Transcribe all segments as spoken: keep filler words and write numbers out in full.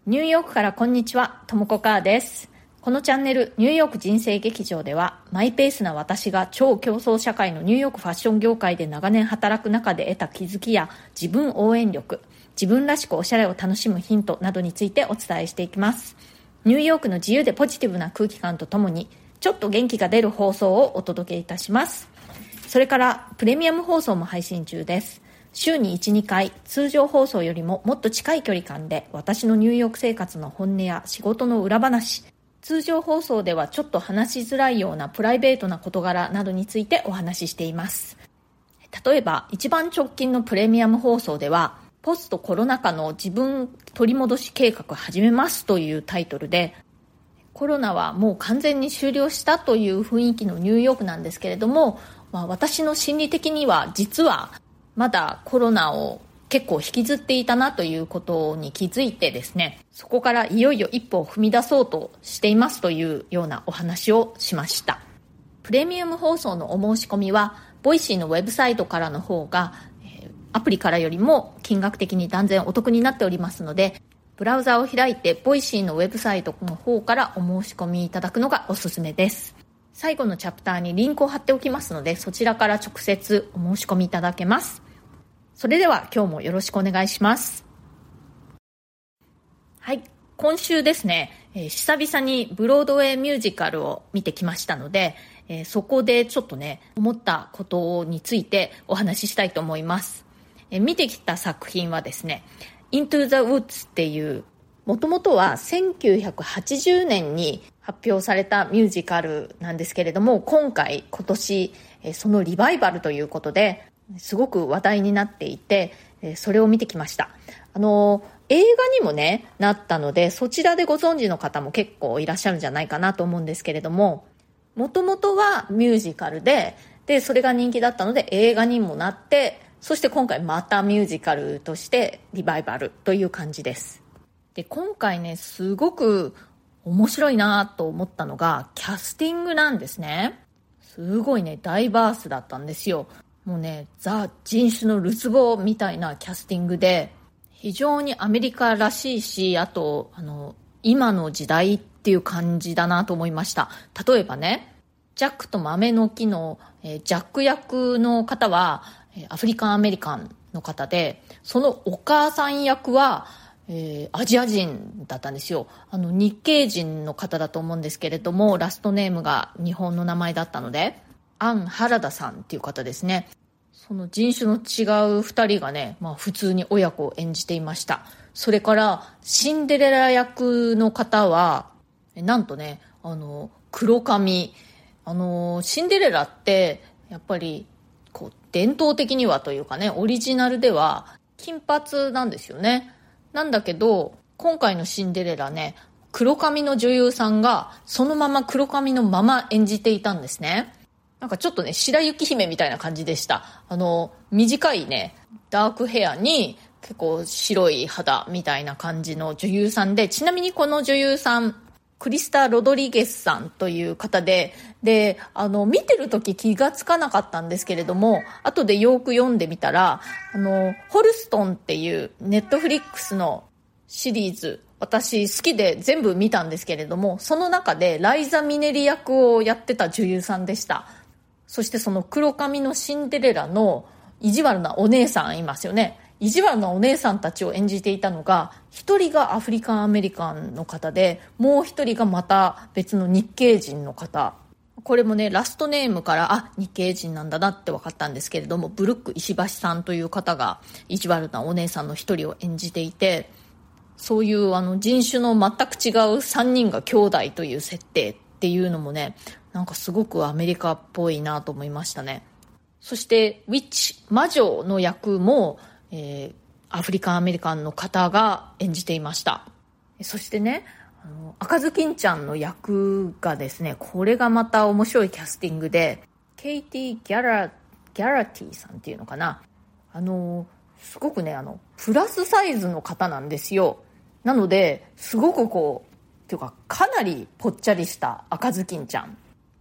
ニューヨークからこんにちは、ともこかーです。このチャンネルニューヨーク人生劇場では、マイペースな私が超競争社会のニューヨークファッション業界で長年働く中で得た気づきや自分応援力、自分らしくおしゃれを楽しむヒントなどについてお伝えしていきます。ニューヨークの自由でポジティブな空気感とともに、ちょっと元気が出る放送をお届けいたします。それからプレミアム放送も配信中です。週にいち、にかい、通常放送よりももっと近い距離感で私のニューヨーク生活の本音や仕事の裏話、通常放送ではちょっと話しづらいようなプライベートな事柄などについてお話ししています。例えば一番直近のプレミアム放送では、ポストコロナ禍の自分取り戻し計画始めますというタイトルで、コロナはもう完全に終了したという雰囲気のニューヨークなんですけれども、まあ、私の心理的には実はまだコロナを結構引きずっていたなということに気づいてですね、そこからいよいよ一歩を踏み出そうとしていますというようなお話をしました。プレミアム放送のお申し込みはボイシーのウェブサイトからの方が、えー、アプリからよりも金額的に断然お得になっておりますので、ブラウザを開いてボイシーのウェブサイトの方からお申し込みいただくのがおすすめです。最後のチャプターにリンクを貼っておきますので、そちらから直接お申し込みいただけます。それでは今日もよろしくお願いします。はい、今週ですね、えー、久々にブロードウェイミュージカルを見てきましたので、えー、そこでちょっとね、思ったことについてお話ししたいと思います。えー、見てきた作品はですね、Into the Woods っていう、もともとはせんきゅうひゃくはちじゅうねんに発表されたミュージカルなんですけれども、今回今年そのリバイバルということですごく話題になっていて、それを見てきました。あの映画にもねなったので、そちらでご存知の方も結構いらっしゃるんじゃないかなと思うんですけれども、もともとはミュージカルででそれが人気だったので映画にもなって、そして今回またミュージカルとしてリバイバルという感じです。で今回ね、すごく面白いなと思ったのがキャスティングなんですね。すごいね、ダイバースだったんですよ。もうね、ザ人種のるつぼみたいなキャスティングで、非常にアメリカらしいし、あとあの今の時代っていう感じだなと思いました。例えばね、ジャックと豆の木の、えー、ジャック役の方はアフリカンアメリカンの方で、そのお母さん役は、えー、アジア人だったんですよ。あの日系人の方だと思うんですけれども、ラストネームが日本の名前だったので、アン・ハラダさんっていう方ですね。その人種の違う二人がね、まあ普通に親子を演じていました。それからシンデレラ役の方はなんとね、あの黒髪、あのシンデレラってやっぱりこう伝統的にはというかね、オリジナルでは金髪なんですよね。なんだけど今回のシンデレラね、黒髪の女優さんがそのまま黒髪のまま演じていたんですね。なんかちょっとね、白雪姫みたいな感じでした。あの短いねダークヘアに結構白い肌みたいな感じの女優さんで、ちなみにこの女優さんクリスタ・ロドリゲスさんという方で、であの見てる時気がつかなかったんですけれども、後でよく読んでみたら、あのホルストンっていうネットフリックスのシリーズ、私好きで全部見たんですけれども、その中でライザ・ミネリ役をやってた女優さんでした。そしてその黒髪のシンデレラの意地悪なお姉さんいますよね。意地悪なお姉さんたちを演じていたのが、一人がアフリカンアメリカンの方で、もう一人がまた別の日系人の方。これもね、ラストネームからあ日系人なんだなって分かったんですけれども、ブルック石橋さんという方が意地悪なお姉さんの一人を演じていて、そういうあの人種の全く違うさんにんが兄弟という設定っていうのもね、なんかすごくアメリカっぽいなと思いましたね。そしてウィッチ、魔女の役も、えー、アフリカンアメリカンの方が演じていました。そしてね、あの赤ずきんちゃんの役がですね、これがまた面白いキャスティングで、ケイティ・ギャラ、ギャラティさんっていうのかな、あのすごくね、あのプラスサイズの方なんですよ。なのですごくこうっていうか、かなりぽっちゃりした赤ずきんちゃん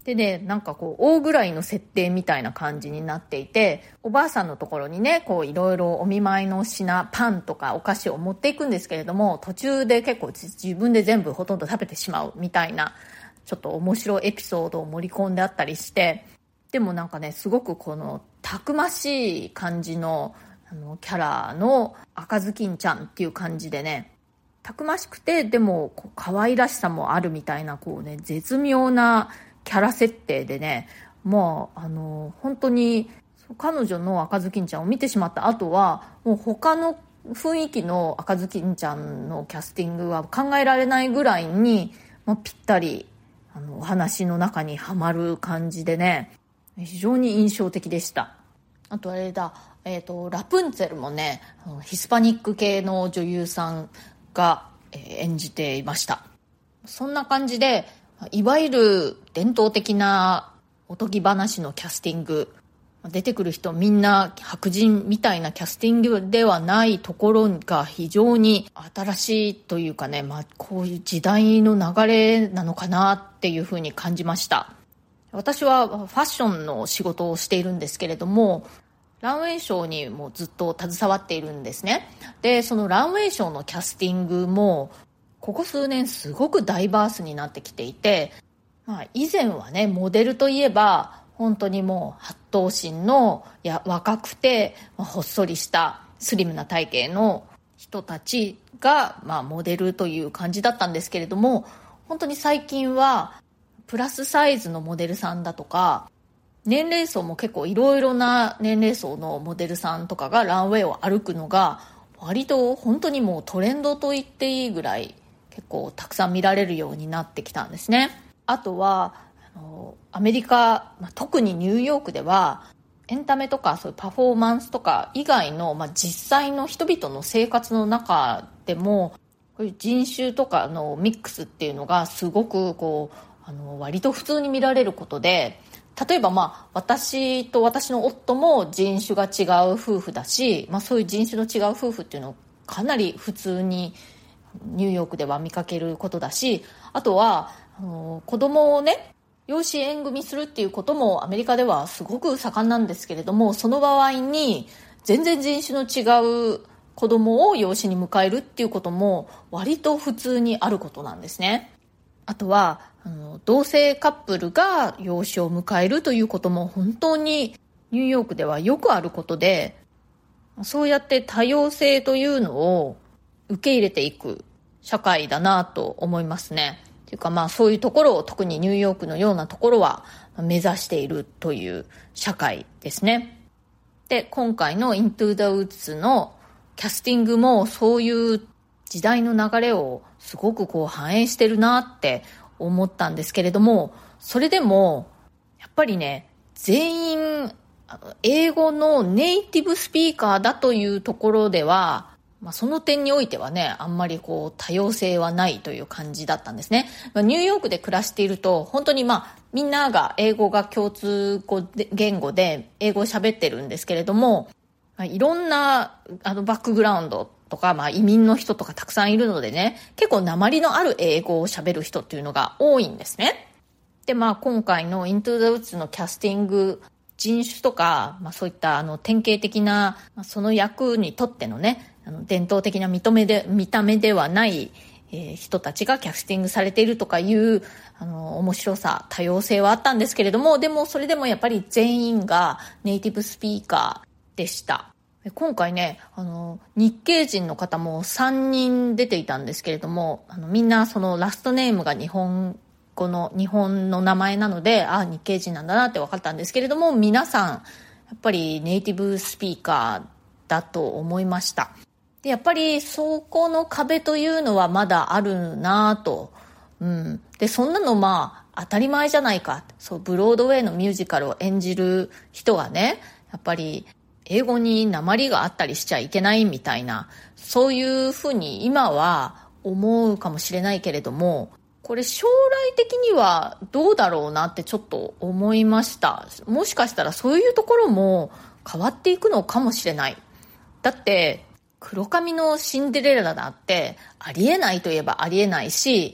でね、なんかこう大ぐらいの設定みたいな感じになっていて、おばあさんのところにね、こういろいろお見舞いの品、パンとかお菓子を持っていくんですけれども、途中で結構自分で全部ほとんど食べてしまうみたいな、ちょっと面白いエピソードを盛り込んであったりして、でもなんかね、すごくこのたくましい感じのあのキャラの赤ずきんちゃんっていう感じでね、たくましくてでもこう可愛らしさもあるみたいな、こうね、絶妙なキャラ設定でね、もうあの本当に彼女の赤ずきんちゃんを見てしまった後は、もう他の雰囲気の赤ずきんちゃんのキャスティングは考えられないぐらいに、まあ、ぴったりあのお話の中にはまる感じでね、非常に印象的でした。あとあれだ、えーと、ラプンツェルもね、ヒスパニック系の女優さんが演じていました。そんな感じで、いわゆる伝統的なおとぎ話のキャスティング、出てくる人みんな白人みたいなキャスティングではないところが非常に新しいというかね、まあ、こういう時代の流れなのかなっていうふうに感じました。私はファッションの仕事をしているんですけれども、ランウェイショーにもずっと携わっているんですね。で、そのランウェイショーのキャスティングもここ数年すごくダイバースになってきていて、まあ、以前はね、モデルといえば本当にもう八頭身のや若くて、まあ、ほっそりしたスリムな体型の人たちが、まあ、モデルという感じだったんですけれども、本当に最近はプラスサイズのモデルさんだとか、年齢層も結構いろいろな年齢層のモデルさんとかがランウェイを歩くのが割と本当にもうトレンドと言っていいぐらい結構たくさん見られるようになってきたんですね。あとはあのアメリカ、まあ、特にニューヨークではエンタメとかそういうパフォーマンスとか以外の、まあ、実際の人々の生活の中でもこういう人種とかのミックスっていうのがすごくこうあの割と普通に見られることで、例えばまあ私と私の夫も人種が違う夫婦だし、まあ、そういう人種の違う夫婦っていうのをかなり普通にニューヨークでは見かけることだし、あとはあの子供をね養子縁組するっていうこともアメリカではすごく盛んなんですけれども、その場合に全然人種の違う子供を養子に迎えるっていうことも割と普通にあることなんですね。あとはあの同性カップルが養子を迎えるということも本当にニューヨークではよくあることで、そうやって多様性というのを受け入れていく社会だなと思いますね。というかまあそういうところを特にニューヨークのようなところは目指しているという社会ですね。で、今回の Into the Woods のキャスティングもそういう時代の流れをすごくこう反映してるなって思ったんですけれども、それでもやっぱりね、全員英語のネイティブスピーカーだというところでは、まあ、その点においてはね、あんまりこう多様性はないという感じだったんですね。まあ、ニューヨークで暮らしていると本当にまあみんなが英語が共通語で言語で英語を喋ってるんですけれども、まあ、いろんなあのバックグラウンドとか、まあ、移民の人とかたくさんいるのでね、結構訛りのある英語を喋る人っていうのが多いんですね。で、まあ今回の Into the Woods のキャスティング、人種とか、まあ、そういったあの典型的な、まあ、その役にとってのね、あの伝統的な見た目で見た目ではない、えー、人たちがキャスティングされているとかいうあの面白さ、多様性はあったんですけれども、でもそれでもやっぱり全員がネイティブスピーカーでした。今回ね、あの日系人の方もさんにん出ていたんですけれども、あのみんなそのラストネームが日本語の日本の名前なので、あ、日系人なんだなって分かったんですけれども、皆さんやっぱりネイティブスピーカーだと思いました。で、やっぱりそこの壁というのはまだあるなと、うん、でそんなのまあ当たり前じゃないか、そうブロードウェイのミュージカルを演じる人がね、やっぱり英語に訛りがあったりしちゃいけないみたいな、そういうふうに今は思うかもしれないけれども、これ将来的にはどうだろうなってちょっと思いました。もしかしたらそういうところも変わっていくのかもしれない。だって黒髪のシンデレラだってありえないといえばありえないし、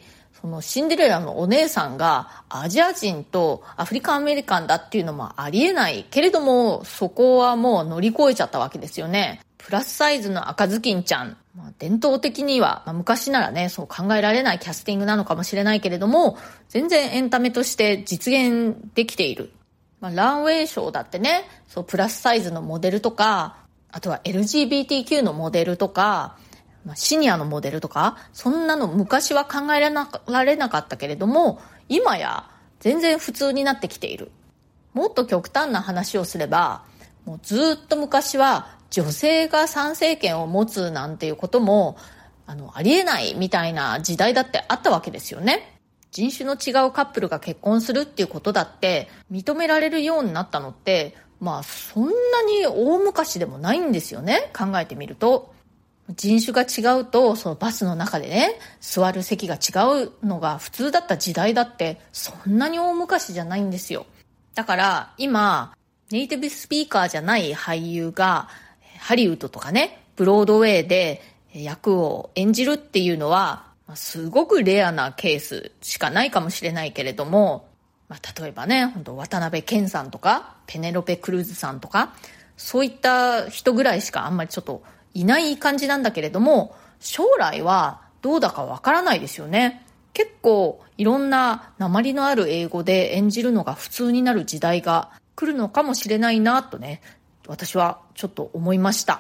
そのシンデレラのお姉さんがアジア人とアフリカンアメリカンだっていうのもありえないけれども、そこはもう乗り越えちゃったわけですよね。プラスサイズの赤ずきんちゃん、まあ、伝統的には、まあ、昔ならねそう考えられないキャスティングなのかもしれないけれども、全然エンタメとして実現できている。まあ、ランウェイショーだってね、そうプラスサイズのモデルとか、あとは エルジービーティーキュー のモデルとか、まあ、シニアのモデルとか、そんなの昔は考えられなかったけれども、今や全然普通になってきている。もっと極端な話をすれば、もうずっと昔は女性が参政権を持つなんていうことも あの、ありえないみたいな時代だってあったわけですよね。人種の違うカップルが結婚するっていうことだって認められるようになったのって、まあそんなに大昔でもないんですよね。考えてみると。人種が違うと、そのバスの中でね、座る席が違うのが普通だった時代だってそんなに大昔じゃないんですよ。だから今、ネイティブスピーカーじゃない俳優がハリウッドとかね、ブロードウェイで役を演じるっていうのは、すごくレアなケースしかないかもしれないけれども、まあ、例えばね、本当渡辺謙さんとか、ペネロペ・クルーズさんとか、そういった人ぐらいしかあんまりちょっといない感じなんだけれども、将来はどうだかわからないですよね。結構いろんな訛りのある英語で演じるのが普通になる時代が来るのかもしれないなとね、私はちょっと思いました。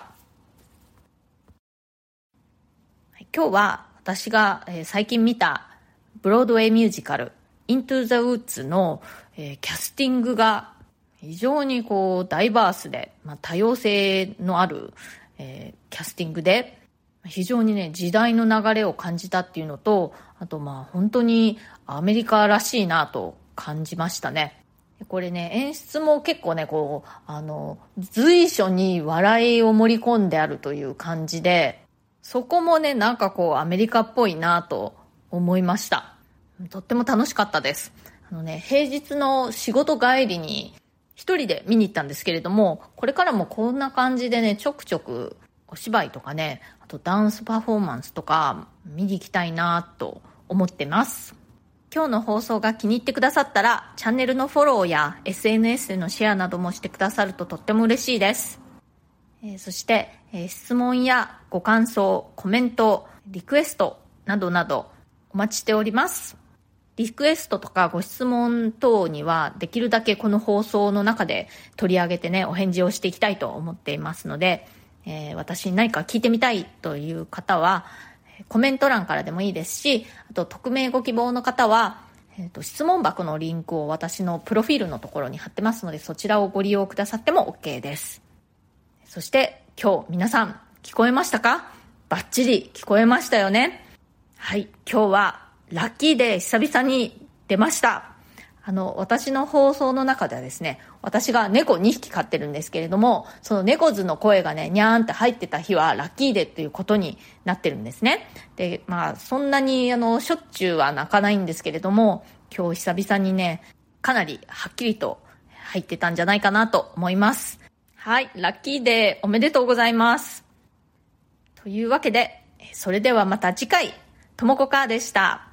今日は私が最近見たブロードウェイミュージカル Into the Woods のキャスティングが非常にこうダイバースで、まあ、多様性のある、えー、キャスティングで非常にね時代の流れを感じたっていうのと、あとまあ本当にアメリカらしいなと感じましたね。これね、演出も結構ねこうあの随所に笑いを盛り込んであるという感じで、そこもねなんかこうアメリカっぽいなと思いました。とっても楽しかったです。あのね、平日の仕事帰りに一人で見に行ったんですけれども、これからもこんな感じでねちょくちょくお芝居とかね、あとダンスパフォーマンスとか見に行きたいなと思ってます。今日の放送が気に入ってくださったらチャンネルのフォローや エスエヌエス でのシェアなどもしてくださるととっても嬉しいです。えー、そして、えー、質問やご感想、コメント、リクエストなどなどお待ちしております。リクエストとかご質問等にはできるだけこの放送の中で取り上げてねお返事をしていきたいと思っていますので、えー、私に何か聞いてみたいという方はコメント欄からでもいいですし、あと匿名ご希望の方は、えーと、質問箱のリンクを私のプロフィールのところに貼ってますので、そちらをご利用くださっても OK です。そして今日皆さん聞こえましたか？バッチリ聞こえましたよね。はい、今日はラッキーで久々に出ました。あの私の放送の中ではですね、私が猫にひき飼ってるんですけれども、その猫図の声がねニャーンって入ってた日はラッキーデーっていうことになってるんですね。で、まあそんなにあのしょっちゅうは鳴かないんですけれども、今日久々にねかなりはっきりと入ってたんじゃないかなと思います。はい、ラッキーデーおめでとうございます。というわけで、それではまた次回、ともこかーでした。